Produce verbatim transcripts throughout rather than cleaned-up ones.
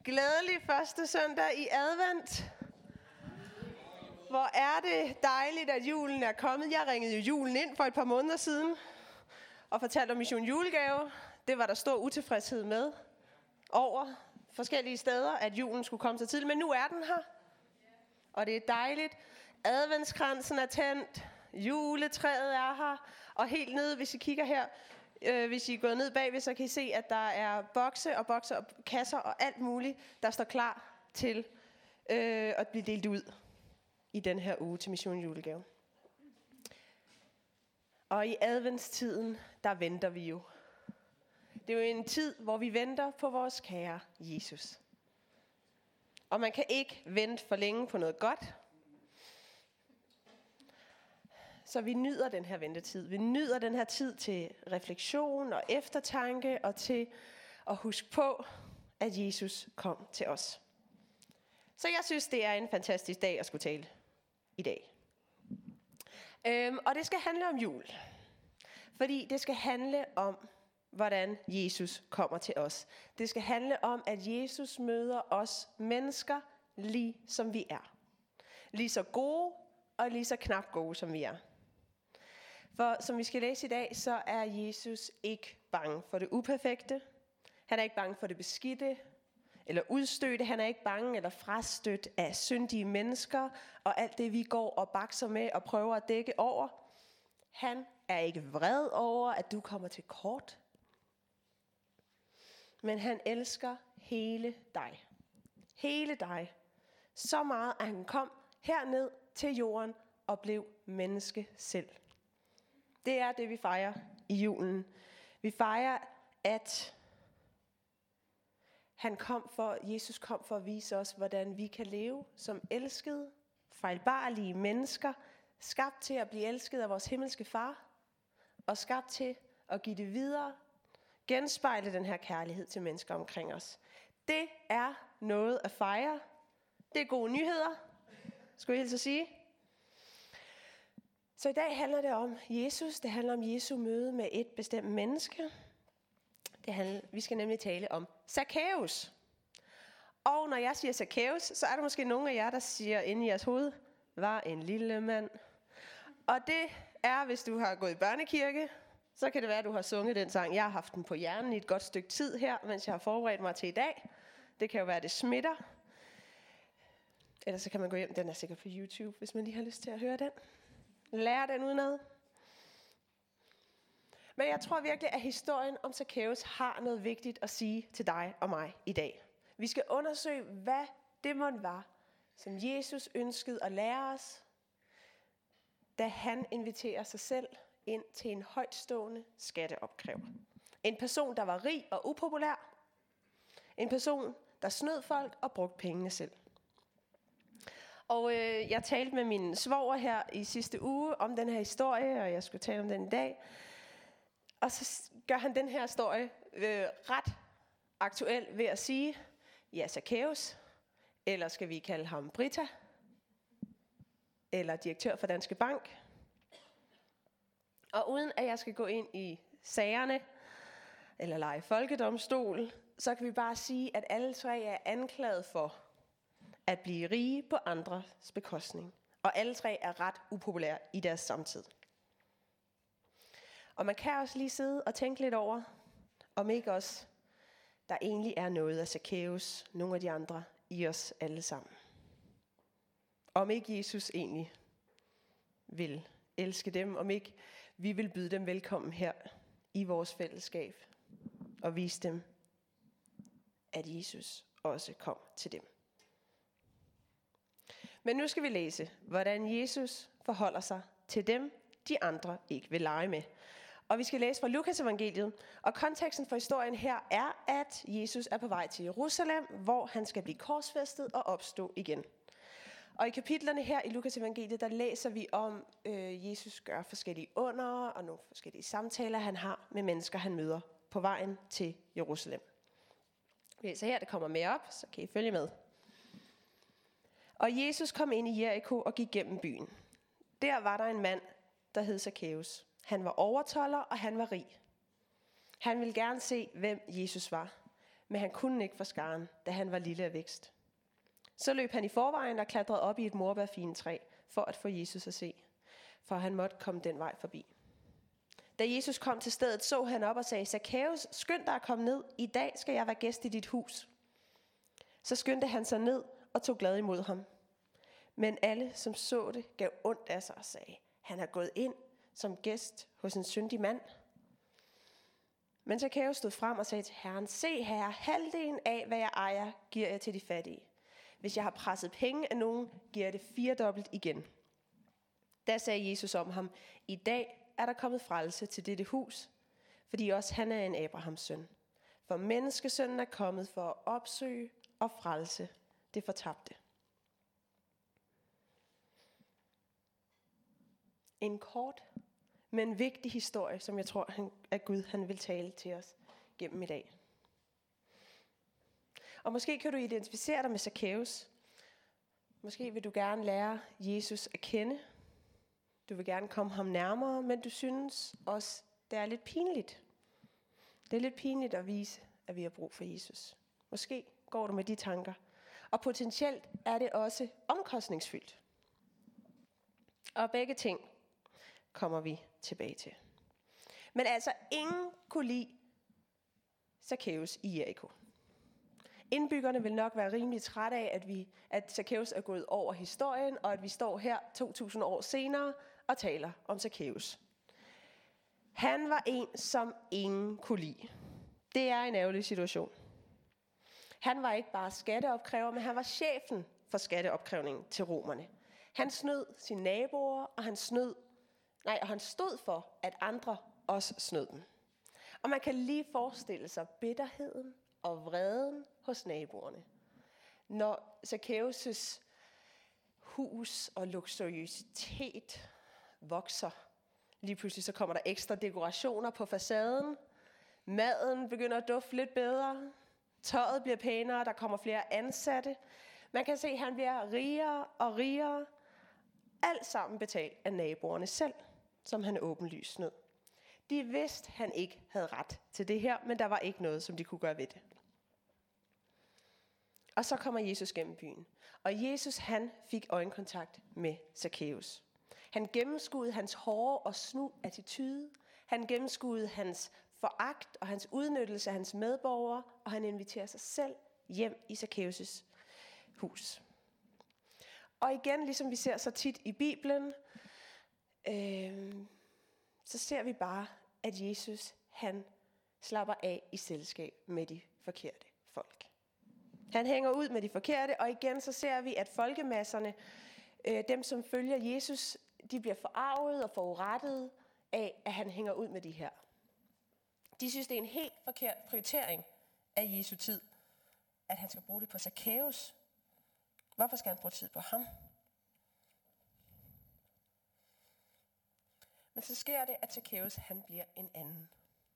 Glædelig første søndag i advent. Hvor er det dejligt, at julen er kommet. Jeg ringede jo julen ind for et par måneder siden og fortalte om Mission Julegave. Det var der stor utilfredshed med over forskellige steder, at julen skulle komme så tidligt. Men nu er den her, og det er dejligt. Adventskransen er tændt, juletræet er her, og helt nede, hvis I kigger her, øh, hvis I er gået ned bagved, så kan I se, at der er bokse og bokse og kasser og alt muligt, der står klar til øh, at blive delt ud i den her uge til Mission Julegave. Og i adventstiden, der venter vi jo. Det er jo en tid, hvor vi venter på vores kære Jesus. Og man kan ikke vente for længe på noget godt. Så vi nyder den her ventetid. Vi nyder den her tid til refleksion og eftertanke og til at huske på, at Jesus kom til os. Så jeg synes, det er en fantastisk dag at skulle tale i dag. Øhm, og det skal handle om jul. Fordi det skal handle om, hvordan Jesus kommer til os. Det skal handle om, at Jesus møder os mennesker lige som vi er. Lige så gode og lige så knap gode som vi er. For som vi skal læse i dag, så er Jesus ikke bange for det uperfekte. Han er ikke bange for det beskidte eller udstødte. Han er ikke bange eller frastødt af syndige mennesker og alt det, vi går og bakser med og prøver at dække over. Han er ikke vred over, at du kommer til kort. Men han elsker hele dig. Hele dig. Så meget, at han kom herned til jorden og blev menneske selv. Det er det, vi fejrer i julen. Vi fejrer, at han kom for, Jesus kom for at vise os, hvordan vi kan leve som elskede, fejlbarlige mennesker, skabt til at blive elsket af vores himmelske far, og skabt til at give det videre, genspejle den her kærlighed til mennesker omkring os. Det er noget at fejre. Det er gode nyheder, skulle jeg helt så sige. Så i dag handler det om Jesus. Det handler om Jesu møde med et bestemt menneske. Det handler, vi skal nemlig tale om Zacchaeus. Og når jeg siger Zacchaeus, så er der måske nogle af jer, der siger inde i jeres hoved, var en lille mand. Og det er, hvis du har gået i børnekirke, så kan det være, at du har sunget den sang. Jeg har haft den på hjernen i et godt stykke tid her, mens jeg har forberedt mig til i dag. Det kan jo være, at det smitter. Ellers så kan man gå hjem. Den er sikkert på YouTube, hvis man lige har lyst til at høre den. Lære den udenad. Men jeg tror virkelig, at historien om Zacchaeus har noget vigtigt at sige til dig og mig i dag. Vi skal undersøge, hvad det måtte var, som Jesus ønskede at lære os, da han inviterer sig selv ind til en højtstående skatteopkræver. En person, der var rig og upopulær. En person, der snød folk og brugte pengene selv. Og øh, jeg talte med min svoger her i sidste uge om den her historie, og jeg skulle tale om den i dag. Og så gør han den her historie øh, ret aktuel ved at sige, ja, Zacchaeus, eller skal vi kalde ham Brita, eller direktør for Danske Bank. Og uden at jeg skal gå ind i sagerne, eller lege folkedomstol, så kan vi bare sige, at alle tre er anklaget for at blive rige på andres bekostning. Og alle tre er ret upopulære i deres samtid. Og man kan også lige sidde og tænke lidt over, om ikke også der egentlig er noget af Zacchaeus, nogle af de andre, i os alle sammen. Om ikke Jesus egentlig vil elske dem, om ikke vi vil byde dem velkommen her i vores fællesskab, og vise dem, at Jesus også kom til dem. Men nu skal vi læse, hvordan Jesus forholder sig til dem, de andre ikke vil lege med. Og vi skal læse fra Lukas evangeliet, og konteksten for historien her er, at Jesus er på vej til Jerusalem, hvor han skal blive korsfæstet og opstå igen. Og i kapitlerne her i Lukas evangeliet, der læser vi om, øh, Jesus gør forskellige under og nogle forskellige samtaler, han har med mennesker, han møder på vejen til Jerusalem. Vi læser her, det kommer med op, så kan I følge med. Og Jesus kom ind i Jericho og gik gennem byen. Der var der en mand, der hed Zacchaeus. Han var overtolder, og han var rig. Han ville gerne se, hvem Jesus var. men han kunne ikke for skaren, da han var lille af vækst. Så løb han i forvejen og klatrede op i et morbærfintræ for at få Jesus at se, for han måtte komme den vej forbi. Da Jesus kom til stedet, så han op og sagde, Zakæus, skynd dig at komme ned. I dag skal jeg være gæst i dit hus. Så skyndte han sig ned og tog glad imod ham. Men alle, som så det, gav ondt af sig og sagde, han er gået ind som gæst hos en syndig mand. Men Zakæus stod frem og sagde til Herren, se herre, halvdelen af, hvad jeg ejer, giver jeg til de fattige. Hvis jeg har presset penge af nogen, giver jeg det firedobbelt igen. Da sagde Jesus om ham, i dag er der kommet frelse til dette hus, fordi også han er en Abrahams søn. For menneskesønnen er kommet for at opsøge og frelse det fortabte. En kort, men vigtig historie, som jeg tror, at Gud han vil tale til os gennem i dag. Og måske kan du identificere dig med Zakæus. Måske vil du gerne lære Jesus at kende. Du vil gerne komme ham nærmere, men du synes også, det er lidt pinligt. Det er lidt pinligt at vise, at vi har brug for Jesus. Måske går du med de tanker. Og potentielt er det også omkostningsfyldt. Og begge ting kommer vi tilbage til. Men altså, ingen kunne lide Zakæus i Jericho. Indbyggerne vil nok være rimelig trætte af, at, vi, at Zakæus er gået over historien, og at vi står her to tusind år senere og taler om Zakæus. Han var en, som ingen kunne lide. Det er en ærgerlig situation. Han var ikke bare skatteopkræver, men han var chefen for skatteopkrævningen til romerne. Han snød sine naboer, og han snød, nej, og han stod for, at andre også snød dem. Og man kan lige forestille sig bitterheden og vreden hos naboerne. Når Zakæus' hus og luksuriøsitet vokser, lige pludselig så kommer der ekstra dekorationer på facaden. Maden begynder at dufte lidt bedre. Tøjet bliver pænere, der kommer flere ansatte. Man kan se, at han bliver rigere og rigere. Alt sammen betalt af naboerne selv, som han åbenlyst snød. De vidste, han ikke havde ret til det her, men der var ikke noget, som de kunne gøre ved det. Og så kommer Jesus gennem byen. Og Jesus, han fik øjenkontakt med Zakæus. Han gennemskuede hans hårde og snu attitude. Han gennemskuede hans foragt og hans udnyttelse af hans medborgere. Og han inviterer sig selv hjem i Zakæus' hus. Og igen, ligesom vi ser så tit i Bibelen, øh, så ser vi bare, at Jesus, han slapper af i selskab med de forkerte folk. Han hænger ud med de forkerte, og igen så ser vi, at folkemasserne, øh, dem som følger Jesus, de bliver forarvet og forurettet af, at han hænger ud med de her. De synes, det er en helt forkert prioritering af Jesu tid, at han skal bruge det på Zakæus. Hvorfor skal han bruge tid på ham? Men så sker det, at Zakæus, han bliver en anden.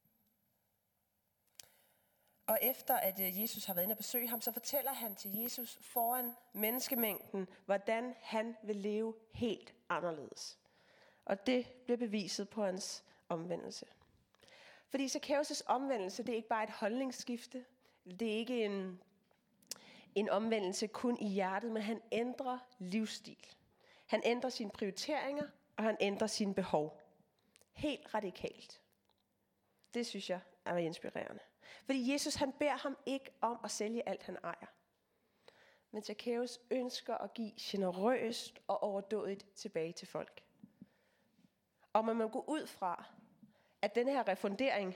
Og efter at Jesus har været inde og besøge ham, så fortæller han til Jesus foran menneskemængden, hvordan han vil leve helt anderledes. Og det bliver beviset på hans omvendelse. Fordi Zakæus' omvendelse, det er ikke bare et holdningsskifte. Det er ikke en, en omvendelse kun i hjertet, men han ændrer livsstil. Han ændrer sine prioriteringer, og han ændrer sine behov. Helt radikalt. Det synes jeg er inspirerende. Fordi Jesus, han beder ham ikke om at sælge alt, han ejer. Men Zakæus ønsker at give generøst og overdådigt tilbage til folk. Og man må gå ud fra, at den her refundering,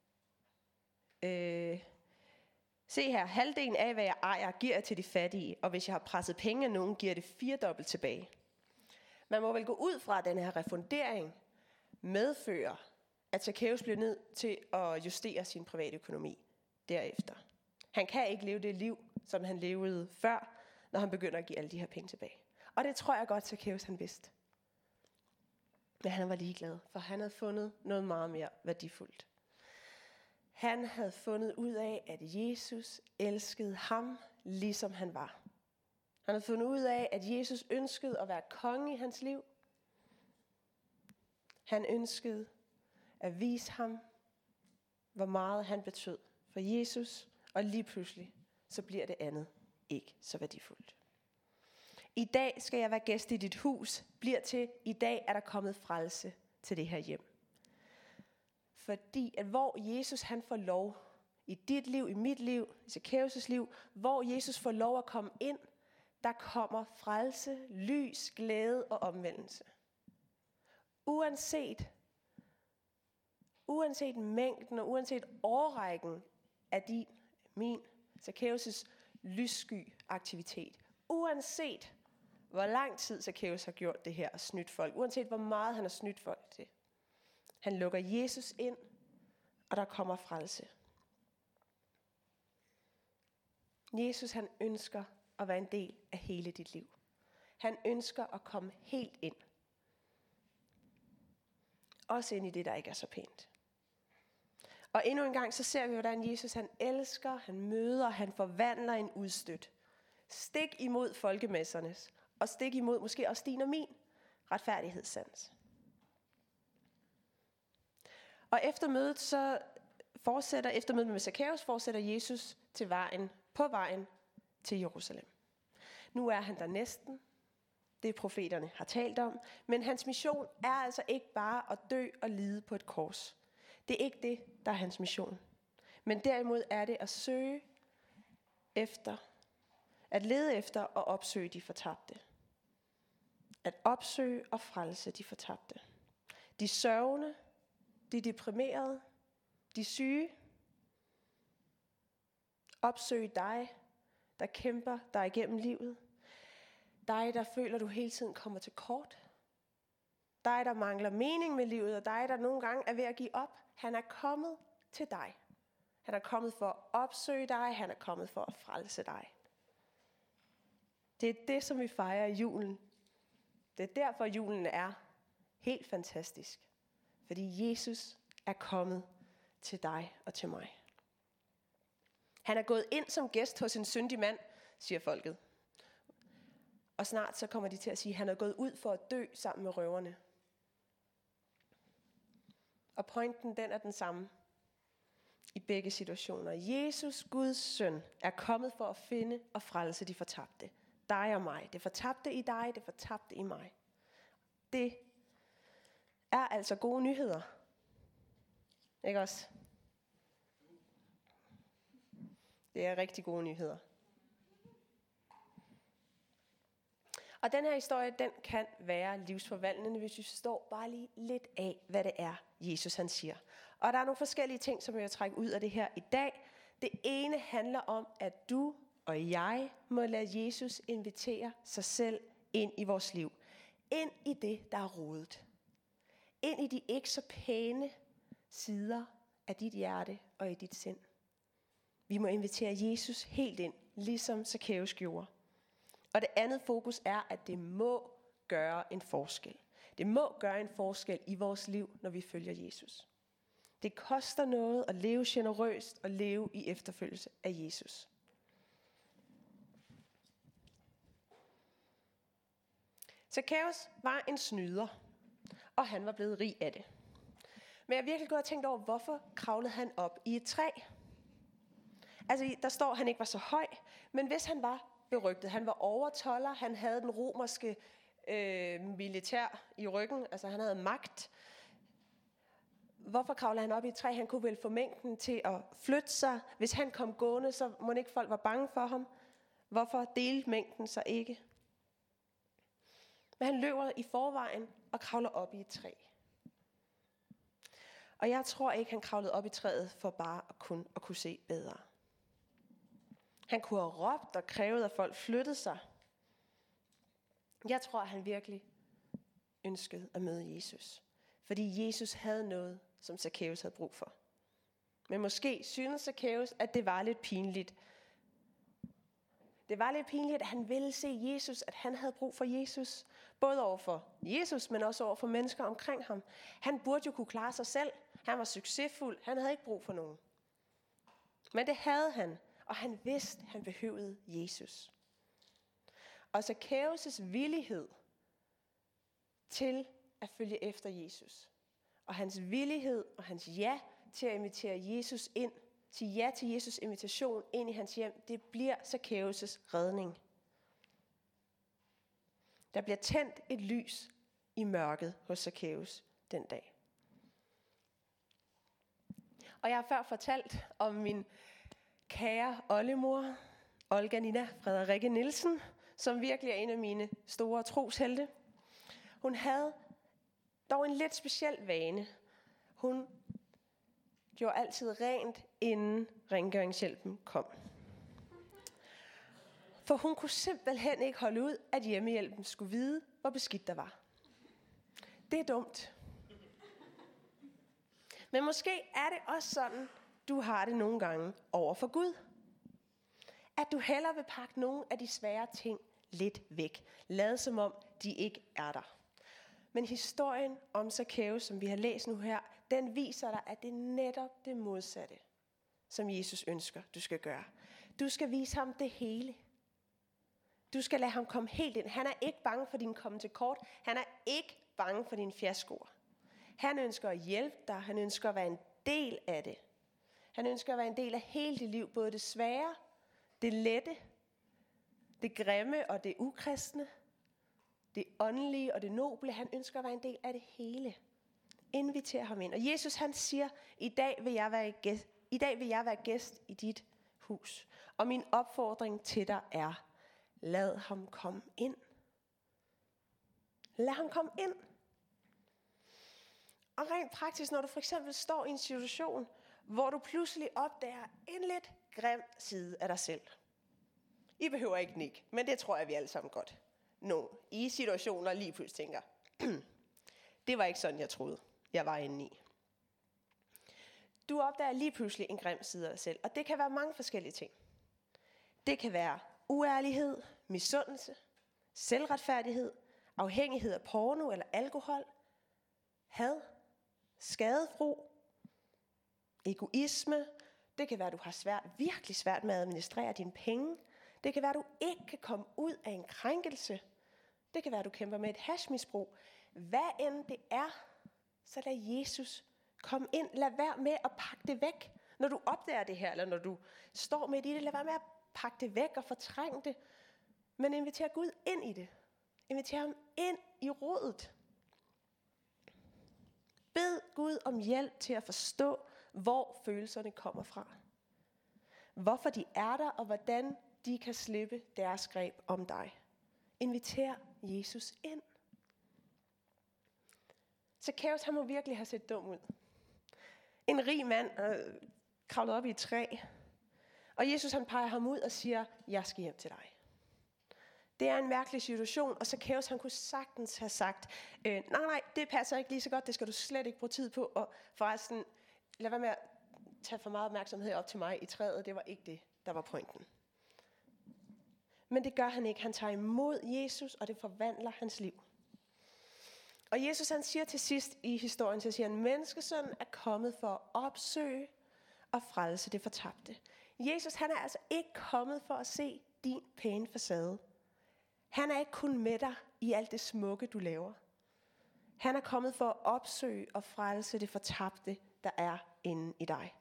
øh, se her, halvdelen af, hvad jeg ejer, giver jeg til de fattige, og hvis jeg har presset penge af nogen, giver det firedobbelt tilbage. Man må vel gå ud fra, at den her refundering medfører, at Zakæus bliver nødt til at justere sin private økonomi derefter. Han kan ikke leve det liv, som han levede før, når han begynder at give alle de her penge tilbage. Og det tror jeg godt, Zakæus han vidste. Men han var ligeglad, for han havde fundet noget meget mere værdifuldt. Han havde fundet ud af, at Jesus elskede ham, ligesom han var. Han havde fundet ud af, at Jesus ønskede at være konge i hans liv. Han ønskede at vise ham, hvor meget han betød for Jesus, og lige pludselig, så bliver det andet ikke så værdifuldt. I dag skal jeg være gæst i dit hus, bliver til, i dag er der kommet frelse til det her hjem. Fordi at hvor Jesus han får lov, i dit liv, i mit liv, i Zakæus' liv, hvor Jesus får lov at komme ind, der kommer frelse, lys, glæde og omvendelse. Uanset, uanset mængden og uanset årrækken af din, min, Zakæus' lyssky aktivitet, uanset hvor lang tid Zakæus har gjort det her og snydt folk, uanset hvor meget han har snydt folk til, han lukker Jesus ind, og der kommer frelse. Jesus han ønsker at være en del af hele dit liv. Han ønsker at komme helt ind. Også ind i det, der ikke er så pænt. Og endnu en gang, så ser vi, hvordan Jesus han elsker, han møder, han forvandler en udstødt. Stik imod folkemessernes, og stik imod måske også din og min retfærdighedssans. Og efter mødet, så fortsætter, efter mødet med Zakæus, fortsætter Jesus til vejen, på vejen til Jerusalem. Nu er han der næsten. Det profeterne har talt om. Men hans mission er altså ikke bare at dø og lide på et kors. Det er ikke det, der er hans mission. Men derimod er det at søge efter, at lede efter og opsøge de fortabte. At opsøge og frelse de fortabte. De sørgende, de deprimerede, de syge. Opsøge dig, der kæmper dig igennem livet. Dig, der føler, du hele tiden kommer til kort. Dig, der mangler mening med livet, og dig, der nogle gange er ved at give op. Han er kommet til dig. Han er kommet for at opsøge dig. Han er kommet for at frelse dig. Det er det, som vi fejrer i julen. Det er derfor, julen er helt fantastisk. Fordi Jesus er kommet til dig og til mig. Han er gået ind som gæst hos en syndig mand, siger folket. Og snart så kommer de til at sige, at han er gået ud for at dø sammen med røverne. Og pointen den er den samme i begge situationer. Jesus, Guds søn, er kommet for at finde og frelse de fortabte. Dig og mig. Det fortabte i dig, det fortabte i mig. Det er altså gode nyheder. Ikke også? Det er rigtig gode nyheder. Og den her historie, den kan være livsforvandlende, hvis vi forstår bare lige lidt af, hvad det er, Jesus han siger. Og der er nogle forskellige ting, som jeg vil trække ud af det her i dag. Det ene handler om, at du og jeg må lade Jesus invitere sig selv ind i vores liv. Ind i det, der er rodet. Ind i de ikke så pæne sider af dit hjerte og i dit sind. Vi må invitere Jesus helt ind, ligesom Zakæus gjorde. Og det andet fokus er, at det må gøre en forskel. Det må gøre en forskel i vores liv, når vi følger Jesus. Det koster noget at leve generøst og leve i efterfølgelse af Jesus. Zakæus var en snyder, og han var blevet rig af det. Men jeg har virkelig gået og tænkt over, hvorfor kravlede han op i et træ? Altså, der står, at han ikke var så høj, men hvis han var berygtet, han var overtoller, han havde den romerske øh, militær i ryggen, altså han havde magt. Hvorfor kravlede han op i et træ? Han kunne vel få mængden til at flytte sig. Hvis han kom gående, så må ikke folk var bange for ham. Hvorfor delte mængden sig ikke? Men han løber i forvejen og kravler op i et træ. Og jeg tror ikke, han kravlede op i træet for bare at kunne, at kunne se bedre. Han kunne have råbt og krævet, at folk flyttede sig. Jeg tror, at han virkelig ønskede at møde Jesus. Fordi Jesus havde noget, som Zakæus havde brug for. Men måske synes Zakæus, at det var lidt pinligt. Det var lidt pinligt, at han ville se Jesus, at han havde brug for Jesus. Både over for Jesus, men også over for mennesker omkring ham. Han burde jo kunne klare sig selv. Han var succesfuld. Han havde ikke brug for nogen. Men det havde han. Og han vidste, han behøvede Jesus. Og Zakæus' villighed til at følge efter Jesus, og hans villighed og hans ja til at invitere Jesus ind, Sig ja til Jesus' invitation ind i hans hjem. Det bliver Zakæus' redning. Der bliver tændt et lys i mørket hos Zakæus den dag. Og jeg har før fortalt om min kære oldemor, Olga Nina Frederikke Nielsen, som virkelig er en af mine store troshelte. Hun havde dog en lidt speciel vane. Hun gjorde altid rent, inden rengøringshjælpen kom. For hun kunne simpelthen ikke holde ud, at hjemmehjælpen skulle vide, hvor beskidt der var. Det er dumt. Men måske er det også sådan, du har det nogle gange over for Gud. At du hellere vil pakke nogle af de svære ting lidt væk. Lad som om, de ikke er der. Men historien om Zakæus, som vi har læst nu her, den viser dig, at det er netop det modsatte, som Jesus ønsker, du skal gøre. Du skal vise ham det hele. Du skal lade ham komme helt ind. Han er ikke bange for din komme til kort. Han er ikke bange for dine fiaskoer. Han ønsker at hjælpe dig. Han ønsker at være en del af det. Han ønsker at være en del af hele dit liv. Både det svære, det lette, det grimme og det ukristne. Det åndelige og det noble. Han ønsker at være en del af det hele. Inviter ham ind. Og Jesus han siger, i dag vil jeg være gæst, i dag vil jeg være gæst i dit hus. Og min opfordring til dig er, lad ham komme ind. Lad ham komme ind. Og rent praktisk, når du for eksempel står i en situation, hvor du pludselig opdager en lidt grim side af dig selv. I behøver ikke nikke, men det tror jeg, vi alle sammen godt. Nå, i situationer lige pludselig tænker, det var ikke sådan, jeg troede, jeg var inde i. Du opdager lige pludselig en grim side af dig selv, og det kan være mange forskellige ting. Det kan være uærlighed, misundelse, selvretfærdighed, afhængighed af porno eller alkohol, had, skadefro, egoisme. Det kan være, at du har svært, virkelig svært med at administrere dine penge. Det kan være, at du ikke kan komme ud af en krænkelse. Det kan være, at du kæmper med et hashmisbrug. Hvad end det er, så lad Jesus komme ind. Lad være med at pakke det væk. Når du opdager det her, eller når du står midt i det, lad være med at pakke det væk og fortrænge det. Men inviter Gud ind i det. Inviter ham ind i rodet. Bed Gud om hjælp til at forstå, hvor følelserne kommer fra. Hvorfor de er der, og hvordan de kan slippe deres greb om dig. Inviter Jesus ind. Zakæus, han må virkelig have set dum ud. En rig mand øh, kravlede op i et træ. Og Jesus han peger ham ud og siger, jeg skal hjem til dig. Det er en mærkelig situation, og Zakæus han kunne sagtens have sagt, øh, nej, nej, det passer ikke lige så godt, det skal du slet ikke bruge tid på. Og forresten, lad være med at tage for meget opmærksomhed op til mig i træet, det var ikke det, der var pointen. Men det gør han ikke. Han tager imod Jesus, og det forvandler hans liv. Og Jesus han siger til sidst i historien, så siger han, menneskesønnen er kommet for at opsøge og frelse det fortabte. Jesus han er altså ikke kommet for at se din pæne facade. Han er ikke kun med dig i alt det smukke, du laver. Han er kommet for at opsøge og frelse det fortabte, der er inde i dig.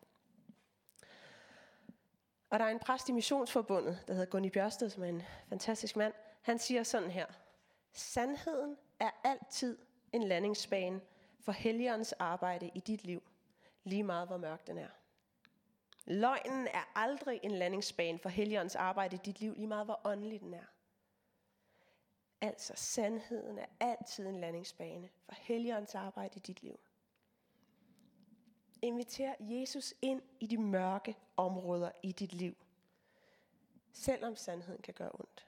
Og der er en præst i Missionsforbundet, der hedder Gunny Bjørsted, som er en fantastisk mand. Han siger sådan her. Sandheden er altid en landingsbane for Helligåndens arbejde i dit liv, lige meget hvor mørk den er. Løgnen er aldrig en landingsbane for Helligåndens arbejde i dit liv, lige meget hvor åndelig den er. Altså, sandheden er altid en landingsbane for Helligåndens arbejde i dit liv. Inviter Jesus ind i de mørke områder i dit liv, selvom sandheden kan gøre ondt.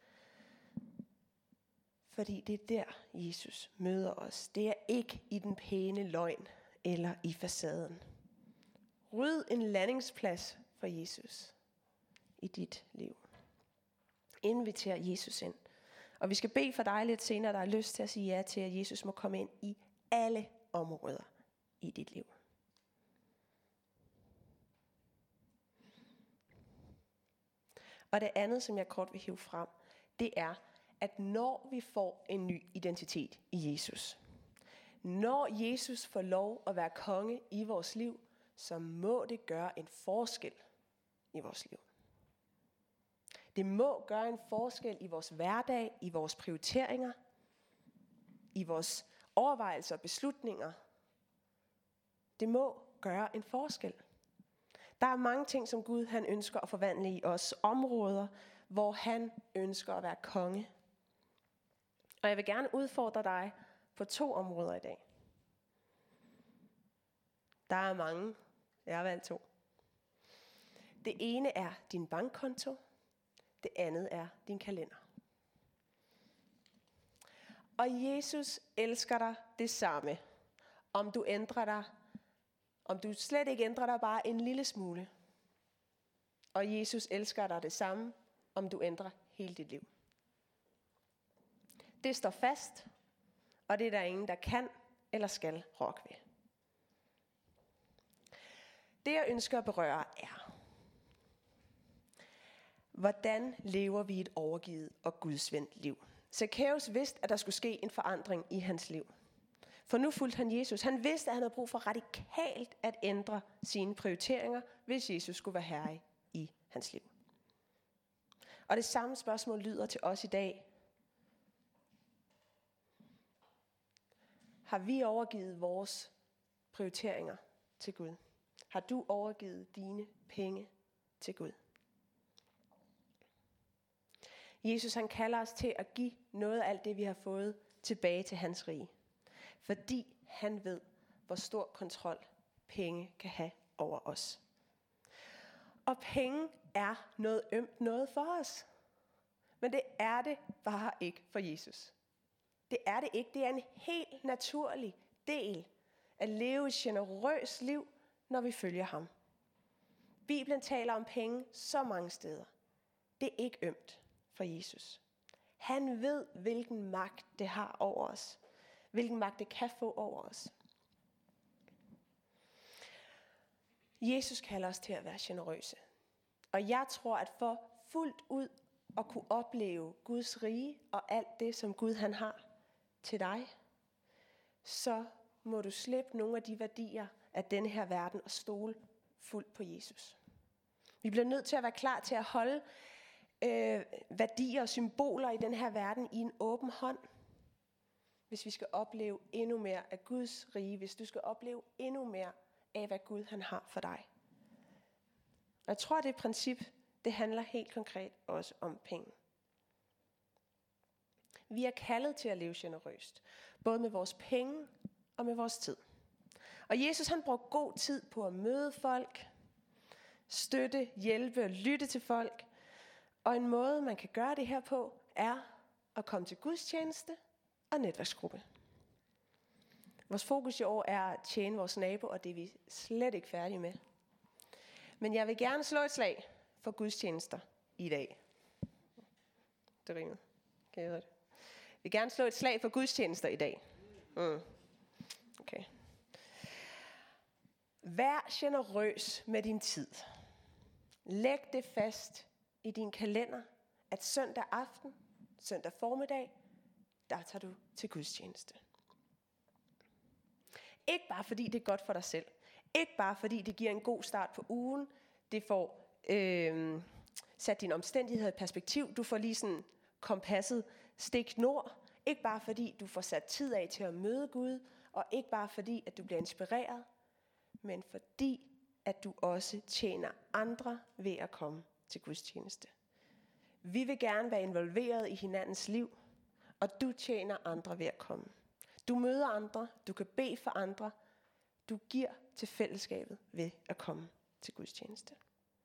Fordi det er der, Jesus møder os. Det er ikke i den pæne løgn eller i facaden. Ryd en landingsplads for Jesus i dit liv. Inviter Jesus ind. Og vi skal bede for dig lidt senere, der har lyst til at sige ja til, at Jesus må komme ind i alle områder i dit liv. Og det andet, som jeg kort vil hive frem, det er, at når vi får en ny identitet i Jesus, når Jesus får lov at være konge i vores liv, så må det gøre en forskel i vores liv. Det må gøre en forskel i vores hverdag, i vores prioriteringer, i vores overvejelser og beslutninger. Det må gøre en forskel. Der er mange ting, som Gud han ønsker at forvandle i os. Områder, hvor han ønsker at være konge. Og jeg vil gerne udfordre dig på to områder i dag. Der er mange. Jeg har valgt to. Det ene er din bankkonto. Det andet er din kalender. Og Jesus elsker dig det samme. Om du ændrer dig, om du slet ikke ændrer dig bare en lille smule. Og Jesus elsker dig det samme, om du ændrer hele dit liv. Det står fast, og det er der ingen, der kan eller skal rokke ved. Det jeg ønsker at berøre er, hvordan lever vi et overgivet og gudsvendt liv? Zakæus vidste, at der skulle ske en forandring i hans liv. For nu fulgte han Jesus. Han vidste, at han havde brug for radikalt at ændre sine prioriteringer, hvis Jesus skulle være herre i hans liv. Og det samme spørgsmål lyder til os i dag. Har vi overgivet vores prioriteringer til Gud? Har du overgivet dine penge til Gud? Jesus han kalder os til at give noget af alt det, vi har fået, tilbage til hans rige. Fordi han ved, hvor stor kontrol penge kan have over os. Og penge er noget ømt noget for os. Men det er det bare ikke for Jesus. Det er det ikke. Det er en helt naturlig del at leve et generøst liv, når vi følger ham. Bibelen taler om penge så mange steder. Det er ikke ømt for Jesus. Han ved, hvilken magt det har over os. Hvilken magt det kan få over os. Jesus kalder os til at være generøse. Og jeg tror, at for fuldt ud at kunne opleve Guds rige og alt det, som Gud han har til dig, så må du slippe nogle af de værdier af denne her verden og stole fuldt på Jesus. Vi bliver nødt til at være klar til at holde øh, værdier og symboler i den her verden i en åben hånd. Hvis vi skal opleve endnu mere af Guds rige, hvis du skal opleve endnu mere af, hvad Gud han har for dig. Og jeg tror, det princip, det handler helt konkret også om penge. Vi er kaldet til at leve generøst, både med vores penge og med vores tid. Og Jesus han brugte god tid på at møde folk, støtte, hjælpe og lytte til folk. Og en måde, man kan gøre det her på, er at komme til gudstjeneste og netværksgruppe. Vores fokus i år er at tjene vores nabo, og det er vi slet ikke færdige med. Men jeg vil gerne slå et slag for gudstjenester i dag. Det rimer. Kan I høre det? Jeg vil gerne slå et slag for gudstjenester i dag. Mm. Okay. Vær generøs med din tid. Læg det fast i din kalender, at søndag aften, søndag formiddag, der tager du til gudstjeneste. Ikke bare fordi det er godt for dig selv. Ikke bare fordi det giver en god start på ugen. Det får øh, sat dine omstændigheder i perspektiv. Du får lige sådan kompasset stik nord. Ikke bare fordi du får sat tid af til at møde Gud. Og ikke bare fordi at du bliver inspireret. Men fordi at du også tjener andre ved at komme til gudstjeneste. Vi vil gerne være involveret i hinandens liv. Og du tjener andre ved at komme. Du møder andre. Du kan bede for andre. Du giver til fællesskabet ved at komme til gudstjeneste.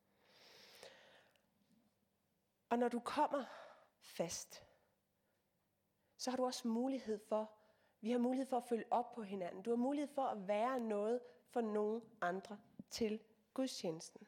Og når du kommer fast, så har du også mulighed for, vi har mulighed for at følge op på hinanden. Du har mulighed for at være noget for nogen andre til gudstjenesten.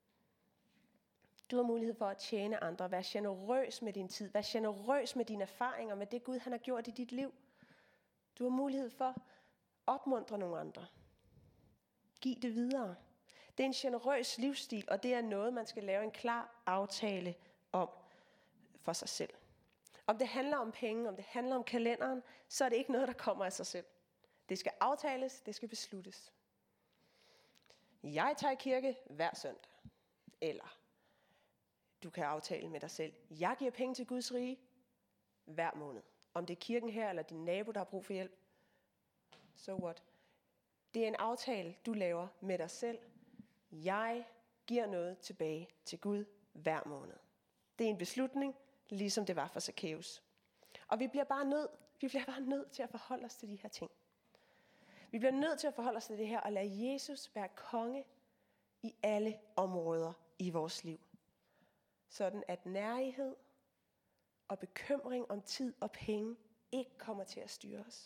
Du har mulighed for at tjene andre, være generøs med din tid, være generøs med dine erfaringer, med det Gud han har gjort i dit liv. Du har mulighed for at opmuntre nogle andre. Giv det videre. Det er en generøs livsstil, og det er noget, man skal lave en klar aftale om for sig selv. Om det handler om penge, om det handler om kalenderen, så er det ikke noget, der kommer af sig selv. Det skal aftales, det skal besluttes. jeg tager i kirke hver søndag. Eller du kan aftale med dig selv, jeg giver penge til Guds rige hver måned. Om det er kirken her, eller din nabo, der har brug for hjælp. So what? Det er en aftale, du laver med dig selv. Jeg giver noget tilbage til Gud hver måned. Det er en beslutning, ligesom det var for Zakæus. Og vi bliver bare nødt, vi bliver bare nødt til at forholde os til de her ting. Vi bliver nødt til at forholde os til det her og lade Jesus være konge i alle områder i vores liv. Sådan at nærighed og bekymring om tid og penge ikke kommer til at styre os.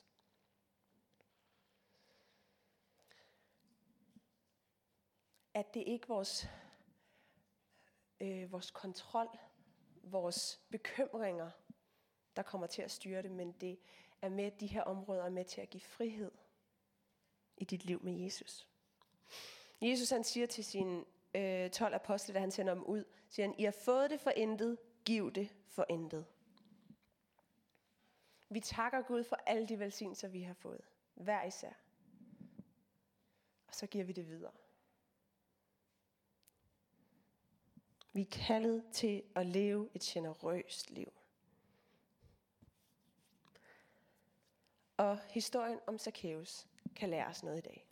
At det ikke er vores, øh, vores kontrol, vores bekymringer, der kommer til at styre det, men det er med de her områder er med til at give frihed i dit liv med Jesus. Jesus han siger til sine øh, tolv apostle, da han sender dem ud, siger han, I har fået det for intet, giv det for intet. Vi takker Gud for alle de velsignelser, vi har fået, hver især. Og så giver vi det videre. Vi er kaldet til at leve et generøst liv. Og historien om Zakæus kan lære os noget i dag.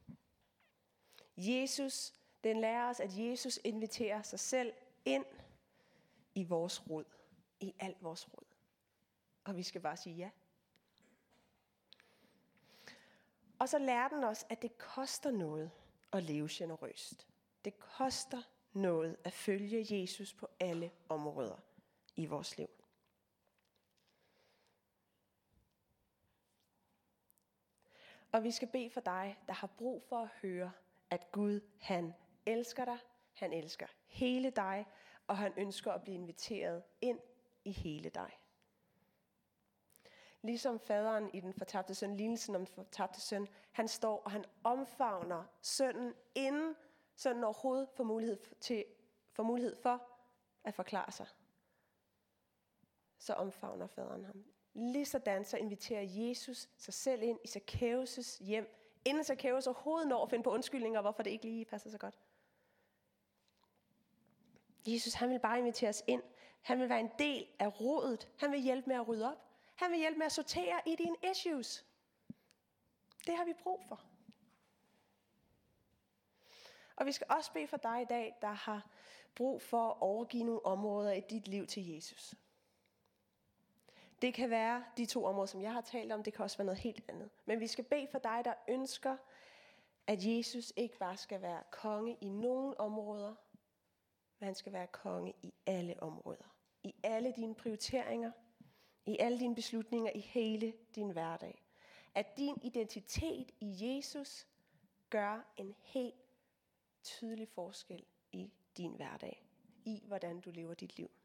Jesus, den lærer os, at Jesus inviterer sig selv ind i vores rod. I alt vores rod. Og vi skal bare sige ja. Og så lærer den os, at det koster noget at leve generøst. Det koster noget at følge Jesus på alle områder i vores liv. Og vi skal bede for dig, der har brug for at høre, at Gud, han elsker dig, han elsker hele dig, og han ønsker at blive inviteret ind i hele dig. Ligesom faderen i den fortabte søn, lignelsen om den fortabte søn, han står og han omfavner sønnen, inden sønnen overhovedet får mulighed, til, får mulighed for at forklare sig. Så omfavner faderen ham. Ligesådan så inviterer Jesus sig selv ind i Zakæus' hjem, inden Zakæus overhovedet når at finde på undskyldninger, hvorfor det ikke lige passer så godt. Jesus, han vil bare invitere os ind. Han vil være en del af rodet. Han vil hjælpe med at rydde op. Han vil hjælpe med at sortere i dine issues. Det har vi brug for. Og vi skal også bede for dig i dag, der har brug for at overgive nogle områder i dit liv til Jesus. Det kan være de to områder, som jeg har talt om. Det kan også være noget helt andet. Men vi skal bede for dig, der ønsker, at Jesus ikke bare skal være konge i nogle områder, men han skal være konge i alle områder. I alle dine prioriteringer, i alle dine beslutninger, i hele din hverdag. At din identitet i Jesus gør en helt tydelig forskel i din hverdag. I hvordan du lever dit liv.